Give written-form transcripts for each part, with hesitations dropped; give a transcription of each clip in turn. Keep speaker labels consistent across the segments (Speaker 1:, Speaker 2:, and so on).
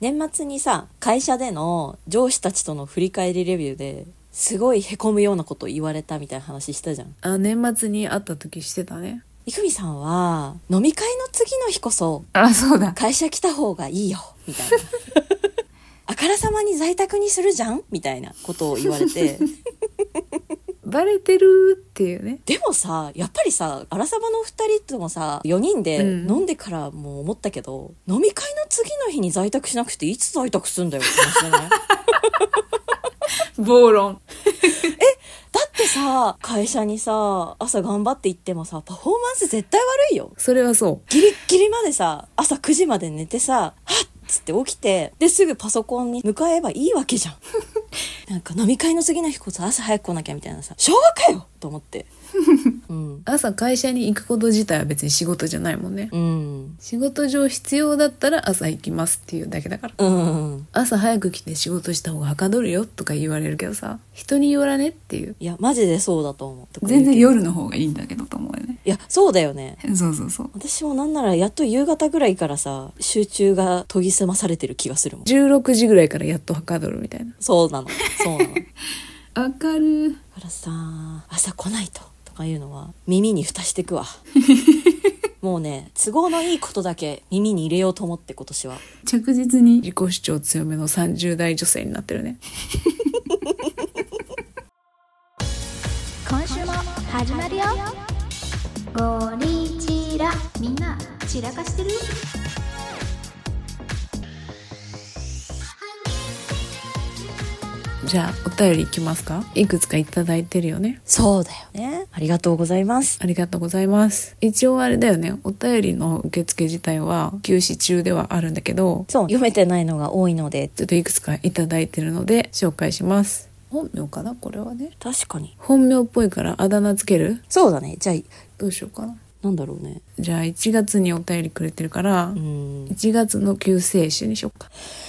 Speaker 1: 年末にさ、会社での上司たちとの振り返りレビューですごいへこむようなことを言われたみたいな話したじゃん。
Speaker 2: 年末に会った時してたね。
Speaker 1: いくみさんは飲み会の次の日こそ
Speaker 2: そうだ。
Speaker 1: 会社来た方がいいよみたいなあからさまに在宅にするじゃんみたいなことを言われて
Speaker 2: バレてるっていうね。
Speaker 1: でもさ、やっぱりさ、あらさまの2人ともさ4人で飲んでからも思ったけど、飲み会の次の日に在宅しなくていつ在宅すんだよって話じゃない
Speaker 2: 暴論。
Speaker 1: だってさ、会社にさ朝頑張って行ってもさ、パフォーマンス絶対悪いよ。
Speaker 2: それはそう。
Speaker 1: ギリッギリまでさ、朝9時まで寝てさ、はっつって起きて、ですぐパソコンに向かえばいいわけじゃんなんか飲み会の次の日こそ朝早く来なきゃみたいなさ、昭和かよと思ってうん、
Speaker 2: 朝会社に行くこと自体は別に仕事じゃないもんね。
Speaker 1: うん、
Speaker 2: 仕事上必要だったら朝行きますっていうだけだから。
Speaker 1: うん、
Speaker 2: 朝早く来て仕事した方がはかどるよとか言われるけどさ、人によらねっていう。
Speaker 1: いやマジでそうだと思う。
Speaker 2: 全然夜の方がいいんだけどと思うよね。
Speaker 1: いやそうだよね。
Speaker 2: そうそうそう。
Speaker 1: 私もなんならやっと夕方ぐらいからさ、集中が研ぎ澄まされてる気がするもん。
Speaker 2: 16時ぐらいからやっとはかどるみたいな。
Speaker 1: そうなのそうなの
Speaker 2: わかる。
Speaker 1: だからさ、朝来ないとかいうのは耳に蓋してくわもうね、都合のいいことだけ耳に入れようと思って、今年は
Speaker 2: 着実に自己主張強めの30代女性になってるね
Speaker 3: 今週も始まるよ。ゴリチラ、みんな散らかしてる？
Speaker 2: じゃあお便りいきますか。いくつかいただいてるよね。
Speaker 1: そうだよね。ありがとうございます。
Speaker 2: ありがとうございます。一応あれだよね、お便りの受付自体は休止中ではあるんだけど、
Speaker 1: そう、読めてないのが多いので、
Speaker 2: ちょっといくつかいただいてるので紹介します。本名かなこれはね。
Speaker 1: 確かに
Speaker 2: 本名っぽいからあだ名つける？
Speaker 1: そうだね。じゃあ
Speaker 2: どうしようかな。
Speaker 1: なんだろうね。
Speaker 2: じゃあ1月にお便りくれてるから1月の救世主にしようか。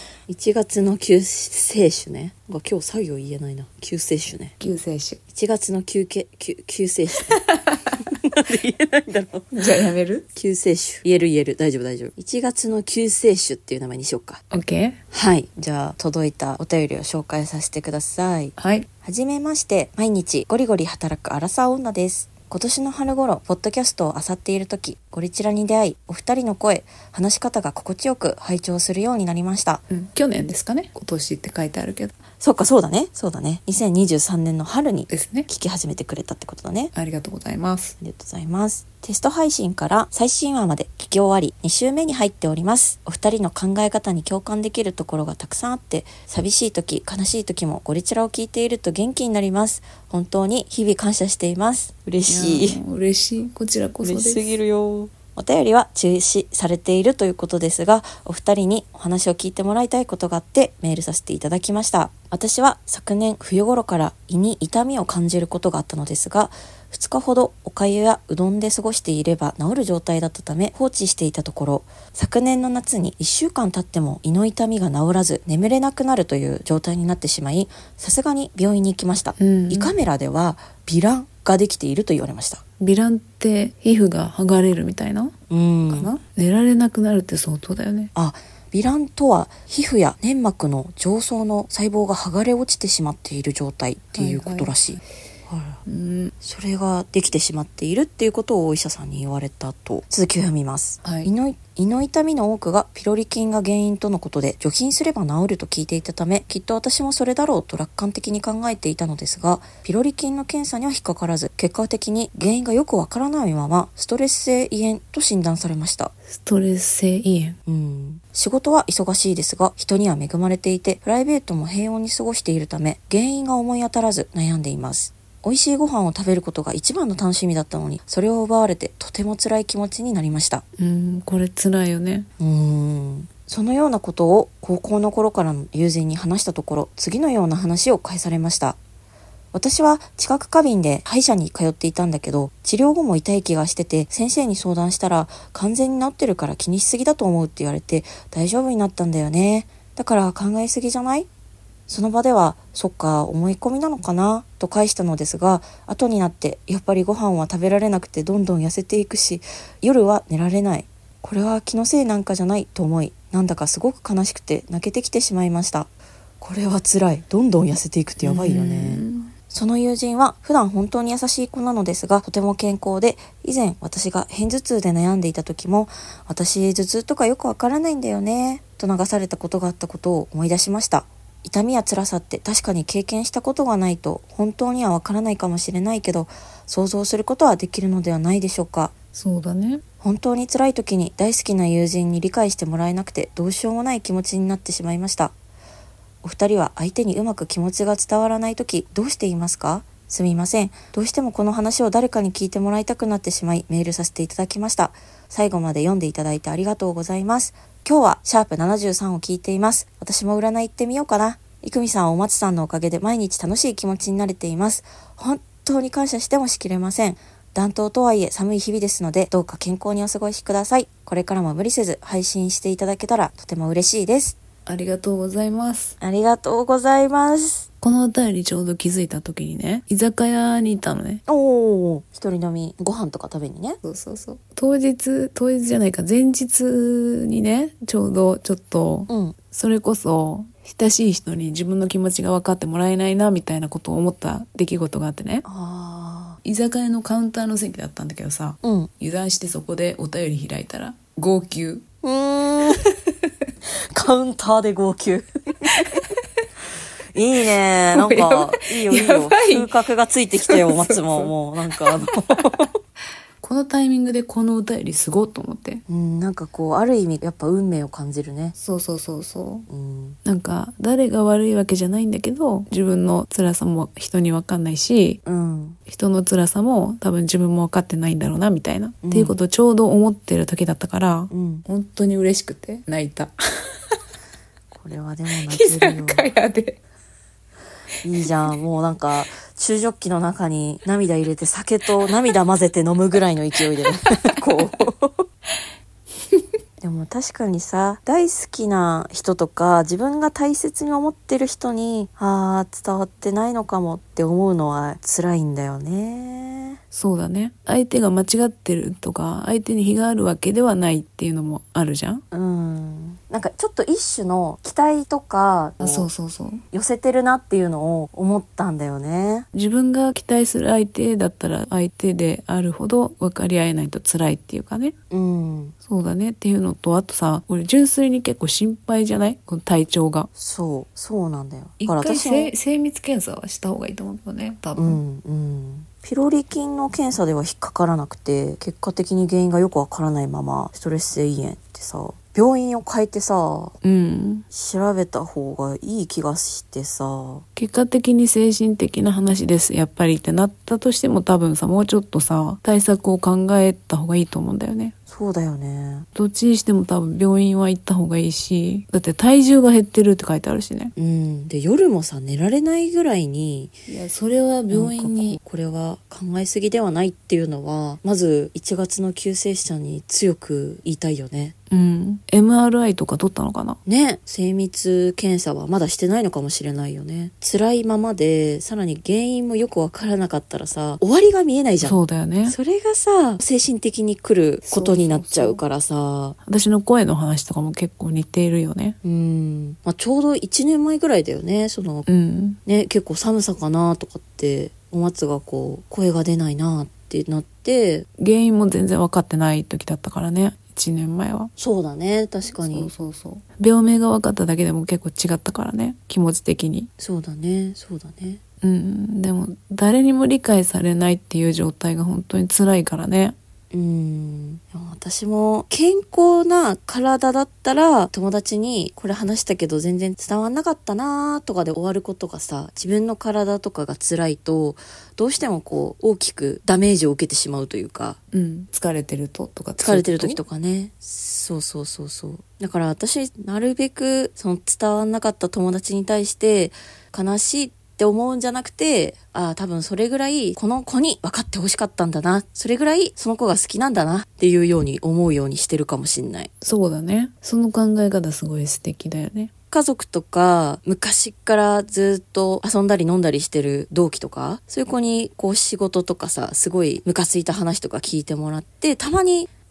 Speaker 1: 1月の救世主ね。今日作業言えないな。救世主ね。
Speaker 2: 救世主。
Speaker 1: 1月の救世主、ね、なんで言えないんだろう。
Speaker 2: じゃあやめる？
Speaker 1: 救世主。言える。大丈夫。1月の救世主っていう名前にしようか。
Speaker 2: OK。
Speaker 1: はい。じゃあ届いたお便りを紹介させてください。
Speaker 2: はい。
Speaker 1: はじめまして。毎日ゴリゴリ働くアラサー女です。今年の春頃、ポッドキャストを漁っている時、ゴリチラに出会い、お二人の声、話し方が心地よく拝聴するようになりました。
Speaker 2: 去年ですかね。今年って書いてあるけど。
Speaker 1: そうか、そうだね。2023年の春に
Speaker 2: ですね。
Speaker 1: 聞き始めてくれたってことだね。
Speaker 2: ありがとうございます。
Speaker 1: ありがとうございます。テスト配信から最新話まで聞き終わり、2週目に入っております。お二人の考え方に共感できるところがたくさんあって、寂しい時、悲しい時もゴリチラを聞いていると元気になります。本当に日々感謝しています。嬉しい。
Speaker 2: 嬉しい。こちらこそです。
Speaker 1: 嬉しすぎるよ。お便りは中止されているということですが、お二人にお話を聞いてもらいたいことがあってメールさせていただきました。私は昨年冬頃から胃に痛みを感じることがあったのですが、2日ほどお粥やうどんで過ごしていれば治る状態だったため放置していたところ、昨年の夏に1週間経っても胃の痛みが治らず眠れなくなるという状態になってしまい、さすがに病院に行きました。胃カメラでは微卵ができていると言われました。
Speaker 2: 微卵って皮膚が剥がれるみたいなかな。寝られなくなるって相当だよね。
Speaker 1: 微卵とは皮膚や粘膜の上層の細胞が剥がれ落ちてしまっている状態っていうことらしい。それができてしまっているっていうことをお医者さんに言われたと。続きを読みます。胃の痛みの多くがピロリ菌が原因とのことで、除菌すれば治ると聞いていたため、きっと私もそれだろうと楽観的に考えていたのですが、ピロリ菌の検査には引っかからず、結果的に原因がよくわからないままストレス性胃炎と診断されました。
Speaker 2: ストレス性胃
Speaker 1: 炎。仕事は忙しいですが、人には恵まれていて、プライベートも平穏に過ごしているため、原因が思い当たらず悩んでいます。美味しいご飯を食べることが一番の楽しみだったのに、それを奪われてとても辛い気持ちになりました。
Speaker 2: これ辛いよね。
Speaker 1: そのようなことを高校の頃からの友人に話したところ、次のような話を返されました。私は知覚過敏で歯医者に通っていたんだけど、治療後も痛い気がしてて、先生に相談したら完全に治ってるから気にしすぎだと思うって言われて、大丈夫になったんだよね。だから考えすぎじゃない？その場では、そっか、思い込みなのかなと返したのですが、後になってやっぱりご飯は食べられなくてどんどん痩せていくし、夜は寝られない。これは気のせいなんかじゃないと思い、 なんだかすごく悲しくて泣けてきてしまいました。これは辛い。どんどん痩せていくってやばいよね。その友人は普段本当に優しい子なのですが、とても健康で、以前私が片頭痛で悩んでいた時も、私頭痛とかよくわからないんだよねと流されたことがあったことを思い出しました。痛みや辛さって確かに経験したことがないと本当にはわからないかもしれないけど、想像することはできるのではないでしょうか。
Speaker 2: そうだね。
Speaker 1: 本当に辛い時に大好きな友人に理解してもらえなくてどうしようもない気持ちになってしまいました。お二人は相手にうまく気持ちが伝わらない時どうしていますか？すみません。どうしてもこの話を誰かに聞いてもらいたくなってしまいメールさせていただきました。最後まで読んでいただいてありがとうございます。今日はシャープ73を聞いています。私も占い行ってみようかな。いくみさん、お松さんのおかげで毎日楽しい気持ちになれています。本当に感謝してもしきれません。暖冬とはいえ寒い日々ですので、どうか健康にお過ごしください。これからも無理せず配信していただけたらとても嬉しいです。
Speaker 2: ありがとうございます。
Speaker 1: ありがとうございます。
Speaker 2: このお便りちょうど気づいた時にね、居酒屋にいたのね。
Speaker 1: おー、一人飲み、ご飯とか食べにね。
Speaker 2: そう。当日じゃないか、前日にね、ちょうどちょっと、それこそ、親しい人に自分の気持ちが分かってもらえないな、みたいなことを思った出来事があってね。
Speaker 1: 居
Speaker 2: 酒屋のカウンターの席だったんだけどさ、油断してそこでお便り開いたら、号泣。
Speaker 1: カウンターで号泣。いいね。なんか、いいよ。風格がついてきてよ、松も。もう、なんか
Speaker 2: このタイミングでこのお便りすごっと思って。
Speaker 1: なんかこう、ある意味、やっぱ運命を感じるね。
Speaker 2: そう。なんか、誰が悪いわけじゃないんだけど、自分の辛さも人に分かんないし、人の辛さも多分自分も分かってないんだろうな、みたいな。っていうことをちょうど思ってる時だったから、本当に嬉しくて泣いた。
Speaker 1: これはでも泣けるよ。
Speaker 2: 居酒屋で。
Speaker 1: いいじゃん。もうなんか、中ジョッキの中に涙入れて酒と涙混ぜて飲むぐらいの勢いで、こう。でも確かにさ、大好きな人とか、自分が大切に思ってる人に、伝わってないのかもって思うのは辛いんだよね。
Speaker 2: そうだね。相手が間違ってるとか、相手に非があるわけではないっていうのもあるじゃん。
Speaker 1: なんかちょっと一種の期待とか
Speaker 2: そう
Speaker 1: 寄せてるなっていうのを思ったんだよね。
Speaker 2: 自分が期待する相手だったら相手であるほど分かり合えないと辛いっていうかね。そうだねっていうのと、あとさ、俺純粋に結構心配じゃない？この体調が。
Speaker 1: そうなんだよ。
Speaker 2: 一回精密検査はした方がいいと思うよね、多分。
Speaker 1: ピロリ菌の検査では引っかからなくて、結果的に原因がよくわからないままストレス性胃炎ってさ、病院を変えてさ、調べた方がいい気がしてさ、
Speaker 2: 結果的に精神的な話ですやっぱりってなったとしても、多分さ、もうちょっとさ対策を考えた方がいいと思うんだよね。
Speaker 1: そうだよね。
Speaker 2: どっちにしても多分病院は行った方がいいし、だって体重が減ってるって書いてあるしね。
Speaker 1: で夜もさ寝られないぐらいに、
Speaker 2: いやそれは病院に
Speaker 1: これは考えすぎではないっていうのはまず1月の救世主ちゃんに強く言いたいよね。
Speaker 2: MRI とか取ったのかな
Speaker 1: ね。精密検査はまだしてないのかもしれないよね。辛いままでさらに原因もよくわからなかったらさ、終わりが見えないじゃん。
Speaker 2: そうだよね。
Speaker 1: それがさ精神的に来ることになっちゃうからさ、
Speaker 2: 私の声の話とかも結構似ているよね。
Speaker 1: ちょうど1年前ぐらいだよね。ね、結構寒さかなとかってお松がこう声が出ないなってなって、
Speaker 2: 原因も全然分かってない時だったからね、1年前は。
Speaker 1: そうだね、確かに。
Speaker 2: 病名が分かっただけでも結構違ったからね、気持ち的に。
Speaker 1: そうだね。
Speaker 2: でも誰にも理解されないっていう状態が本当に辛いからね。
Speaker 1: 私も健康な体だったら友達にこれ話したけど全然伝わんなかったなとかで終わることがさ、自分の体とかが辛いとどうしてもこう大きくダメージを受けてしまうというか、
Speaker 2: 疲れてるとか
Speaker 1: 疲れてる時とかね。そうだから私なるべくその伝わんなかった友達に対して悲しいって思うんじゃなくて、多分それぐらいこの子に分かってほしかったんだな、それぐらいその子が好きなんだなっていうように思うようにしてるかもしんない。
Speaker 2: そうだね。その考え方すごい素敵だよね。
Speaker 1: 家族とか昔からずっと遊んだり飲んだりしてる同期とか、そういう子にこう仕事とかさ、すごいムカついた話とか聞いてもらって、たまに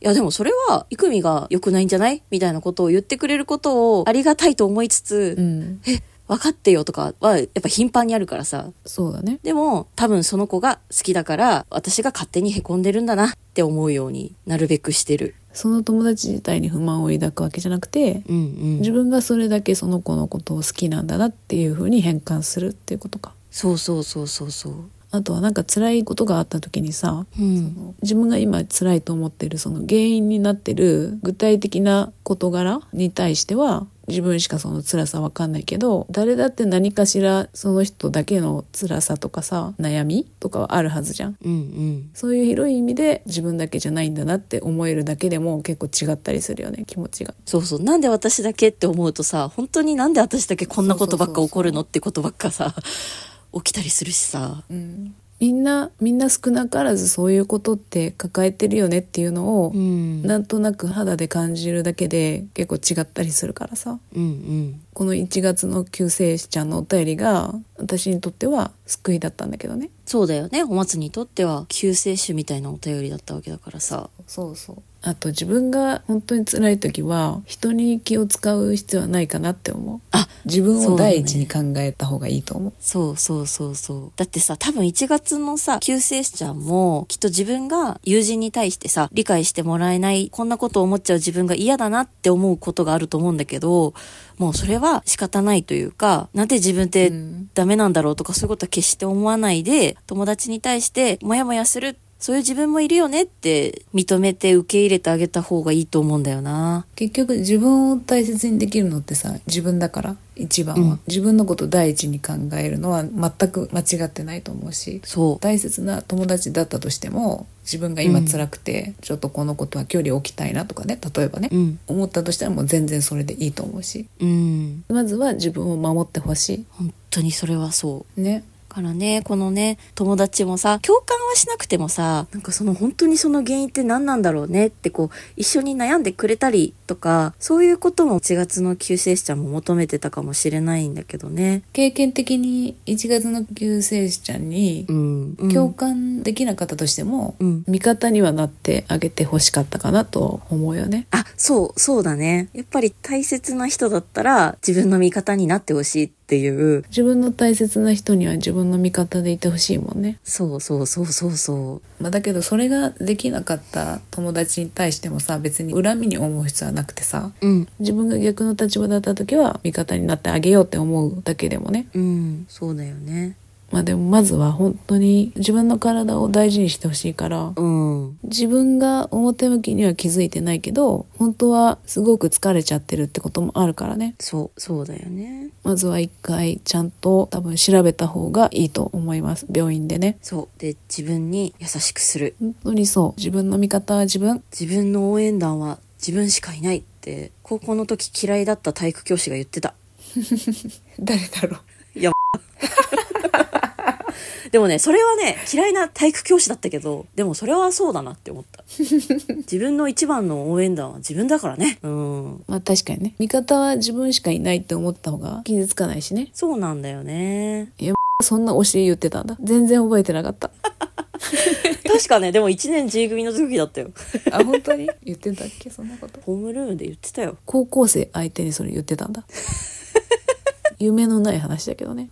Speaker 1: いやでもそれはイクミが良くないんじゃないみたいなことを言ってくれることをありがたいと思いつつ、分かってよとかはやっぱ頻繁にあるからさ。
Speaker 2: そうだね。
Speaker 1: でも多分その子が好きだから私が勝手に凹んでるんだなって思うようになるべくしてる。
Speaker 2: その友達自体に不満を抱くわけじゃなくて、自分がそれだけその子のことを好きなんだなっていう風に変換するっていうことか。
Speaker 1: そう。
Speaker 2: あとはなんか辛いことがあった時にさ、自分が今辛いと思ってるその原因になってる具体的な事柄に対しては自分しかその辛さわかんないけど、誰だって何かしらその人だけの辛さとかさ、悩みとかはあるはずじゃん。そういう広い意味で自分だけじゃないんだなって思えるだけでも結構違ったりするよね、気持ちが。
Speaker 1: そうなんで私だけって思うとさ、本当になんで私だけこんなことばっか起こるのってことばっかさ起きたりするしさ、
Speaker 2: みんな少なからずそういうことって抱えてるよねっていうのを、なんとなく肌で感じるだけで結構違ったりするからさ、この1月の救世主ちゃんのお便りが私にとっては救いだったんだけどね。
Speaker 1: そうだよね、お松にとっては救世主みたいなお便りだったわけだからさ。
Speaker 2: そうあと自分が本当に辛い時は人に気を使う必要はないかなって思う。自分を第一に考えた方がいいと思う。
Speaker 1: そうだってさ、多分1月のさ救世主ちゃんもきっと自分が友人に対してさ理解してもらえない、こんなことを思っちゃう自分が嫌だなって思うことがあると思うんだけど、もうそれは仕方ないというか、なんで自分ってダメなんだろうとかそういうことは決して思わないで、友達に対してモヤモヤする、そういう自分もいるよねって認めて受け入れてあげた方がいいと思うんだよな。
Speaker 2: 結局自分を大切にできるのってさ、自分だから一番は、自分のことを第一に考えるのは全く間違ってないと思うし、大切な友達だったとしても自分が今辛くて、ちょっとこのことは距離を置きたいなとかね、例えばね、思ったとしたらもう全然それでいいと思うし、まずは自分を守ってほしい。
Speaker 1: 本当にそれはそう
Speaker 2: ね。
Speaker 1: からね、このね友達もさ共感はしなくてもさ、なんかその本当にその原因って何なんだろうねってこう一緒に悩んでくれたりとか、そういうことも1月の救世主ちゃんも求めてたかもしれないんだけどね。
Speaker 2: 経験的に1月の救世主ちゃんに共感できなかったとしても、味方にはなってあげてほしかったかなと思うよね。
Speaker 1: そうだね。やっぱり大切な人だったら自分の味方になってほしいっていう、
Speaker 2: 自分の大切な人には自分の味方でいてほしいもんね。
Speaker 1: そう
Speaker 2: だけどそれができなかった友達に対してもさ、別に恨みに思う必要はなくてさ、自分が逆の立場だった時は味方になってあげようって思うだけでもね。
Speaker 1: そうだよね。
Speaker 2: でもまずは本当に自分の体を大事にしてほしいから、自分が表向きには気づいてないけど本当はすごく疲れちゃってるってこともあるからね。
Speaker 1: そうだよね。
Speaker 2: まずは一回ちゃんと多分調べた方がいいと思います、病院でね。
Speaker 1: で自分に優しくする。
Speaker 2: 本当にそう、自分の味方は自分
Speaker 1: の応援団は自分しかいないって高校の時嫌いだった体育教師が言ってた。
Speaker 2: 誰だろう。
Speaker 1: でもね、それはね、嫌いな体育教師だったけど、でもそれはそうだなって思った。自分の一番の応援団は自分だからね。
Speaker 2: 確かにね。味方は自分しかいないって思った方が傷つかないしね。
Speaker 1: そうなんだよね。
Speaker 2: そんな教え言ってたんだ。全然覚えてなかった。
Speaker 1: 確かね、でも1年 G 組の時だったよ。
Speaker 2: 本当に言ってたっけ、そんなこと。
Speaker 1: ホームルームで言ってたよ。
Speaker 2: 高校生相手にそれ言ってたんだ。夢のない話だけどね。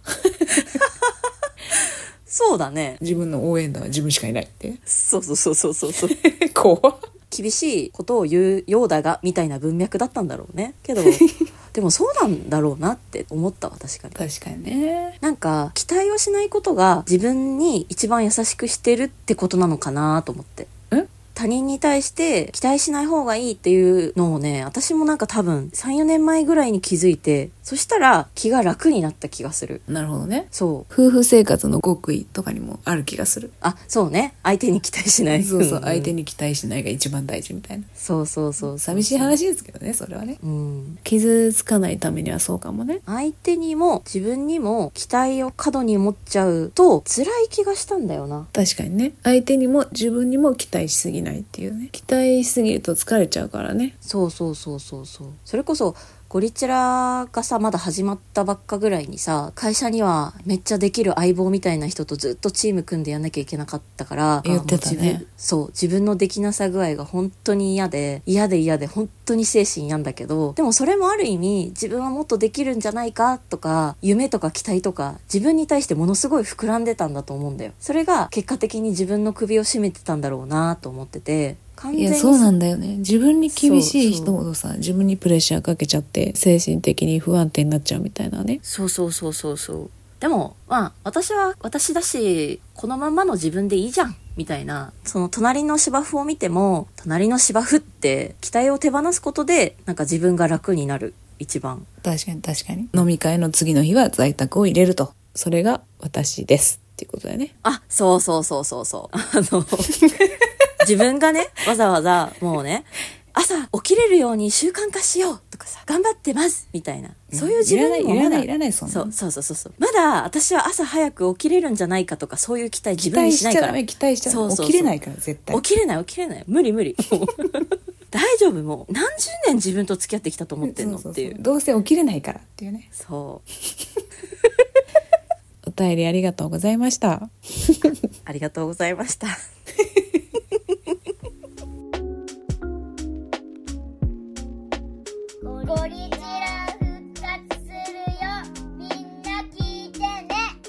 Speaker 1: そうだね。
Speaker 2: 自分の応援団は自分しかいないって。
Speaker 1: そう。
Speaker 2: 怖っ。
Speaker 1: 厳しいことを言うようだがみたいな文脈だったんだろうね。けどでもそうなんだろうなって思ったわ。確かに
Speaker 2: ね。
Speaker 1: なんか期待をしないことが自分に一番優しくしてるってことなのかなと思って。他人に対して期待しない方がいいっていうのをね、私もなんか多分 3,4 年前ぐらいに気づいて、そしたら気が楽になった気がする。
Speaker 2: なるほどね。
Speaker 1: そう。
Speaker 2: 夫婦生活の極意とかにもある気がする。
Speaker 1: そうね。相手に期待しない。
Speaker 2: 相手に期待しないが一番大事みたいな。
Speaker 1: そう。
Speaker 2: 寂しい話ですけどね、それはね。傷つかないためにはそうかもね。
Speaker 1: 相手にも自分にも期待を過度に持っちゃうと辛い気がしたんだよな。
Speaker 2: 確かにね。相手にも自分にも期待しすぎないっていうね。期待しすぎると疲れちゃうからね。
Speaker 1: そう。それこそゴリチラがさまだ始まったばっかぐらいにさ、会社にはめっちゃできる相棒みたいな人とずっとチーム組んでやんなきゃいけなかったから、
Speaker 2: 言ってたね。
Speaker 1: 自分のできなさ具合が本当に嫌で本当に精神病んだけど、でもそれもある意味自分はもっとできるんじゃないかとか、夢とか期待とか自分に対してものすごい膨らんでたんだと思うんだよ。それが結果的に自分の首を絞めてたんだろうなと思ってて、
Speaker 2: いやそうなんだよね。自分に厳しい人ほどさ、自分にプレッシャーかけちゃって精神的に不安定になっちゃうみたいなね。
Speaker 1: そうでもまあ私は私だし、このまんまの自分でいいじゃんみたいな、その隣の芝生を見ても、隣の芝生って期待を手放すことでなんか自分が楽になる。一番
Speaker 2: 確かに飲み会の次の日は在宅を入れると、それが私ですっていうことだよね。
Speaker 1: あ、そう自分がね、わざわざもうね、朝起きれるように習慣化しようとかさ、頑張ってますみたいな、そういう自分にもまだ
Speaker 2: いらないそんな。
Speaker 1: そうまだ私は朝早く起きれるんじゃないかとか、そういう期待自分にしないから。
Speaker 2: 期待しちゃダメ。起きれないから絶対。
Speaker 1: 起きれない無理大丈夫、もう何十年自分と付き合ってきたと思ってんのっていう。
Speaker 2: どうせ起きれないからっていうね。お便りありがとうございました
Speaker 1: ありがとうございました
Speaker 3: ゴリチラ復活するよ、みんな聞いてね。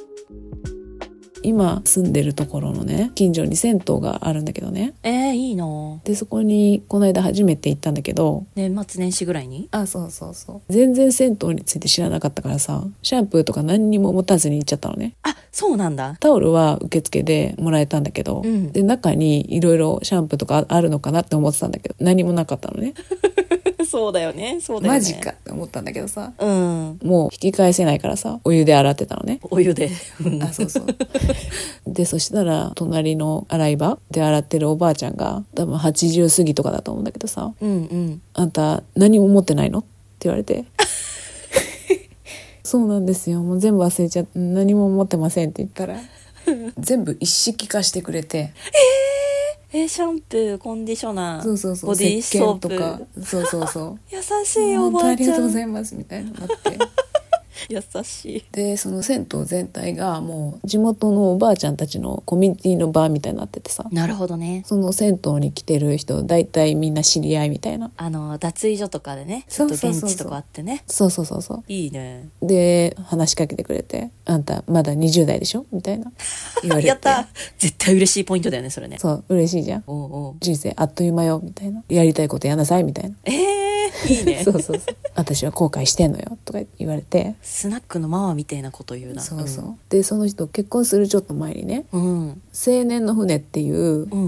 Speaker 2: 今住んでるところのね、近所に銭湯があるんだけどね。
Speaker 1: いいな。
Speaker 2: でそこにこの間初めて行ったんだけど、
Speaker 1: 年末年始ぐらいに。
Speaker 2: そう全然銭湯について知らなかったからさ、シャンプーとか何にも持たずに行っちゃったのね。
Speaker 1: あ、そうなんだ。
Speaker 2: タオルは受付でもらえたんだけど、で中にいろいろシャンプーとかあるのかなって思ってたんだけど、何もなかったのね
Speaker 1: そうだよね。
Speaker 2: マジかって思ったんだけどさ、
Speaker 1: も
Speaker 2: う引き返せないからさ、お湯で洗ってたのね。
Speaker 1: お湯で
Speaker 2: そうでそしたら隣の洗い場で洗ってるおばあちゃんが、多分80過ぎとかだと思うんだけどさ、あんた何も持ってないのって言われてそうなんですよ、もう全部忘れちゃって何も持ってませんって言ったら全部一式化してくれて
Speaker 1: シャンプー、コンディショナー、
Speaker 2: そう
Speaker 1: ボディーソープ
Speaker 2: とかそう
Speaker 1: 優しいおばあちゃん、
Speaker 2: 本当ありがとうございますみたいになって
Speaker 1: 優しい。
Speaker 2: でその銭湯全体がもう地元のおばあちゃんたちのコミュニティの場みたいになっててさ。
Speaker 1: なるほどね。
Speaker 2: その銭湯に来てる人大体みんな知り合いみたいな、
Speaker 1: 脱衣所とかでね、ちょっとベンチとかあってね。
Speaker 2: そう
Speaker 1: いいね。
Speaker 2: で話しかけてくれて、あんたまだ20代でしょみたいな言われて
Speaker 1: やった、絶対嬉しいポイントだよねそれね。
Speaker 2: そう嬉しいじゃん。人生あっという間よみたいな、やりたいことやんなさいみたいな。
Speaker 1: いいね
Speaker 2: そう私は後悔してんのよとか言われて、
Speaker 1: スナックのママみたいなこと言うな。
Speaker 2: でその人結婚するちょっと前にね、青年の船っていう、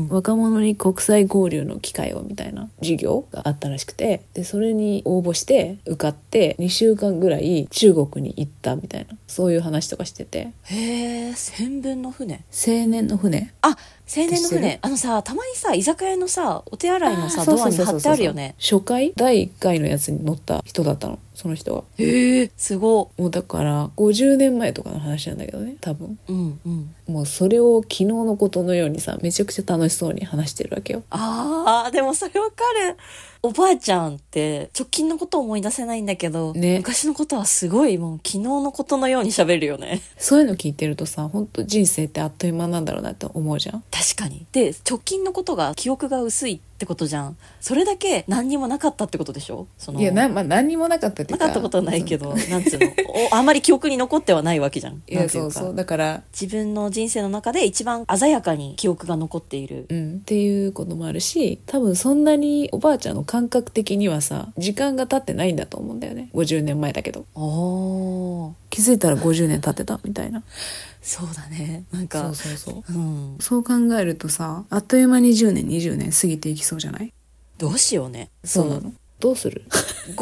Speaker 2: 若者に国際交流の機会をみたいな授業があったらしくて、でそれに応募して受かって2週間ぐらい中国に行ったみたいな、そういう話とかしてて。
Speaker 1: 千分の船、
Speaker 2: 青年の船、
Speaker 1: 青年の船、さ、たまにさ居酒屋のさお手洗いのさドアに貼ってあるよね。
Speaker 2: 初回第1回のやつに乗った人だったの、その人は。
Speaker 1: すごい。
Speaker 2: もうだから50年前とかの話なんだけどね、多分。もうそれを昨日のことのようにさ、めちゃくちゃ楽しそうに話してるわけよ。
Speaker 1: でもそれわかる。おばあちゃんって直近のこと思い出せないんだけど、昔のことはすごいもう昨日のことのように喋るよね。
Speaker 2: そういうの聞いてるとさ、本当人生ってあっという間なんだろうなって思うじゃん。
Speaker 1: 確かに。で直近のことが記憶が薄いってことじゃん。それだけ何にもなかったってことでしょ。
Speaker 2: いや何にもなかったっていうか、
Speaker 1: なかったことはないけどなんつうのあんまり記憶に残ってはないわけじゃん。
Speaker 2: いやそうだから
Speaker 1: 自分の人生の中で一番鮮やかに記憶が残っている、
Speaker 2: っていうこともあるし、多分そんなにおばあちゃんの感覚的にはさ時間が経ってないんだと思うんだよね。50年前だけど気づいたら50年経ってたみたいな。
Speaker 1: そうだね。なんか
Speaker 2: そう考えるとさ、あっという間に10年20年過ぎていきそうじゃない？
Speaker 1: どうしようね。
Speaker 2: そうなの。どうする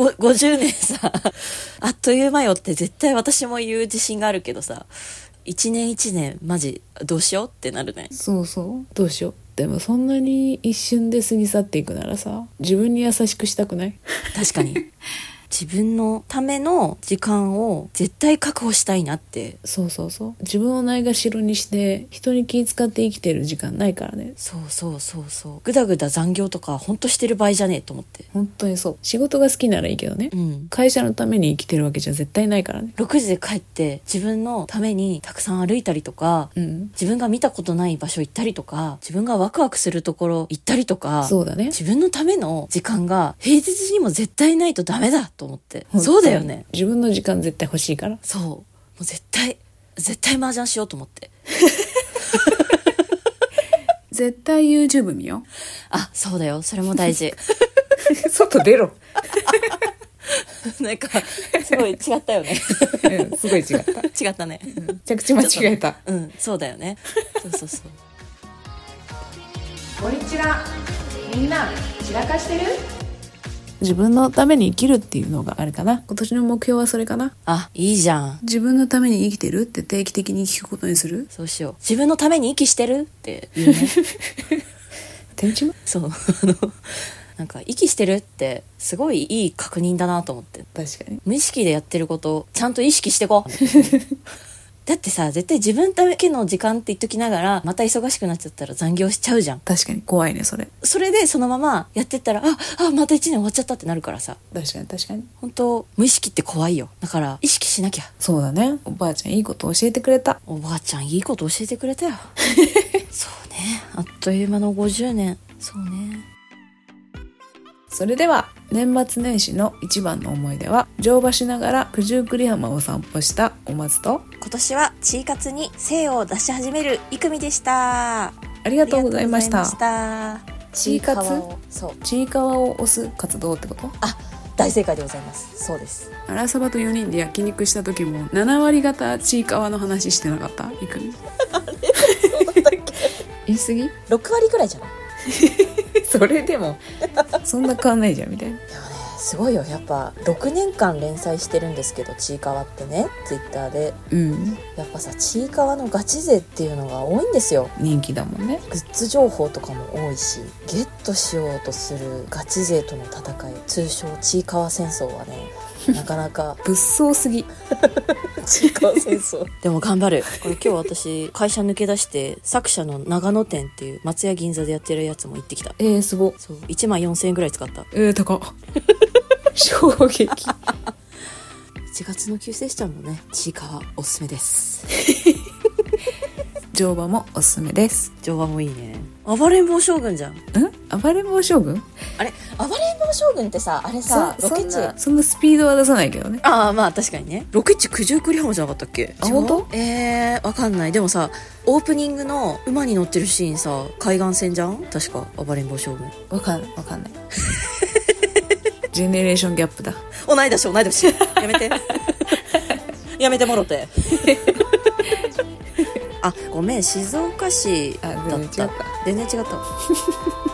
Speaker 1: 50年さあっという間よって絶対私も言う自信があるけどさ、1年1年マジどうしようってなるね。
Speaker 2: どうしよう。でもそんなに一瞬で過ぎ去っていくならさ、自分に優しくしたくない？
Speaker 1: 確かに自分のための時間を絶対確保したいなって。
Speaker 2: そうそうそう。自分をないがしろにして人に気遣って生きてる時間ないからね。
Speaker 1: そうそうそうそう。ぐだぐだ残業とかほんとしてる場合じゃねえと思って。
Speaker 2: 本当にそう。仕事が好きならいいけどね、会社のために生きてるわけじゃ絶対ないからね。
Speaker 1: 6時で帰って自分のためにたくさん歩いたりとか、自分が見たことない場所行ったりとか、自分がワクワクするところ行ったりとか、
Speaker 2: そうだね。
Speaker 1: 自分のための時間が平日にも絶対ないとダメだと思って。そうだよね。
Speaker 2: 自分の時間絶対欲しいから。
Speaker 1: そう。もう絶対麻雀しようと思って。
Speaker 2: 絶対 YouTube 見よう。
Speaker 1: あ、そうだよ。それも大事。
Speaker 2: 外出ろ。
Speaker 1: なんかすごい違ったよね。
Speaker 2: すごい違った。
Speaker 1: 違ったね。
Speaker 2: 着地間違えた。
Speaker 1: そうだよね。そうそうそう。
Speaker 2: こんにちは。みんな散らかしてる？自分のために生きるっていうのがあれかな。今年の目標はそれかな。
Speaker 1: あ、いいじゃん。
Speaker 2: 自分のために生きてるって定期的に聞くことにする。
Speaker 1: そうしよう。自分のために息してるって言うね。
Speaker 2: 天地も
Speaker 1: そうなんか息してるってすごいいい確認だなと思って。
Speaker 2: 確かに
Speaker 1: 無意識でやってることちゃんと意識してこう。だってさ、絶対自分だけの時間って言っときながらまた忙しくなっちゃったら残業しちゃうじゃん。
Speaker 2: 確かに怖いねそれ。
Speaker 1: それでそのままやってったらまた1年終わっちゃったってなるからさ。
Speaker 2: 確かに確かに。
Speaker 1: 本当無意識って怖いよ。だから意識しなきゃ。
Speaker 2: そうだね。おばあちゃんいいこと教えてくれた。
Speaker 1: おばあちゃんいいこと教えてくれたよ。そうね。あっという間の50年。そうね。
Speaker 2: それでは年末年始の一番の思い出は、乗馬しながら九十九里浜を散歩したお松と、
Speaker 1: 今年はチー活に精を出し始めるイクミでした。
Speaker 2: ありがとうございました。
Speaker 1: チー活、
Speaker 2: そう、ちいかわを推す活動ってこと？
Speaker 1: あ、大正解でございます。そうです。
Speaker 2: アラサバと4人で焼肉した時も7割方ちいかわの話してなかった？イクミ。
Speaker 1: あれそうだったっけ？
Speaker 2: 言い過ぎ？
Speaker 1: 6 割くらいじゃない？
Speaker 2: それでもそんな変わんないじゃんみたいな。
Speaker 1: でもね、すごいよ。やっぱ6年間連載してるんですけど、ちいかわってね、ツイッターで、やっぱさ、ちいかわのガチ勢っていうのが多いんですよ。
Speaker 2: 人気だもんね。
Speaker 1: グッズ情報とかも多いし、ゲットしようとするガチ勢との戦い、通称ちいかわ戦争はね、なかなか
Speaker 2: 物騒すぎ。
Speaker 1: ちいかわ戦争。でも頑張る。これ今日私会社抜け出して作者の長野店っていう松屋銀座でやってるやつも行ってきた。
Speaker 2: すご。
Speaker 1: そう、1万4000円ぐらい使った。
Speaker 2: 高っ。衝撃。1
Speaker 1: 月の救世主ちゃんもね、ちいかわおすすめです。
Speaker 2: 乗馬もおすすめです。
Speaker 1: 乗馬もいいね。暴れん坊将軍じゃん。
Speaker 2: 暴れん坊将軍？あれ、
Speaker 1: 暴れん坊将軍ってさ、あれさ、ロケ地
Speaker 2: そんなスピードは出さないけどね。
Speaker 1: まあ確かにね。ロケ地九十九里浜じゃなかったっけ？
Speaker 2: 本当？
Speaker 1: わかんない。でもさ、オープニングの馬に乗ってるシーンさ、海岸線じゃん確か。暴れん坊将軍
Speaker 2: わかんないジェネレーションギャップだ。
Speaker 1: 同い年やめてやめてもろて。ごめん、静岡市だった。全然違った。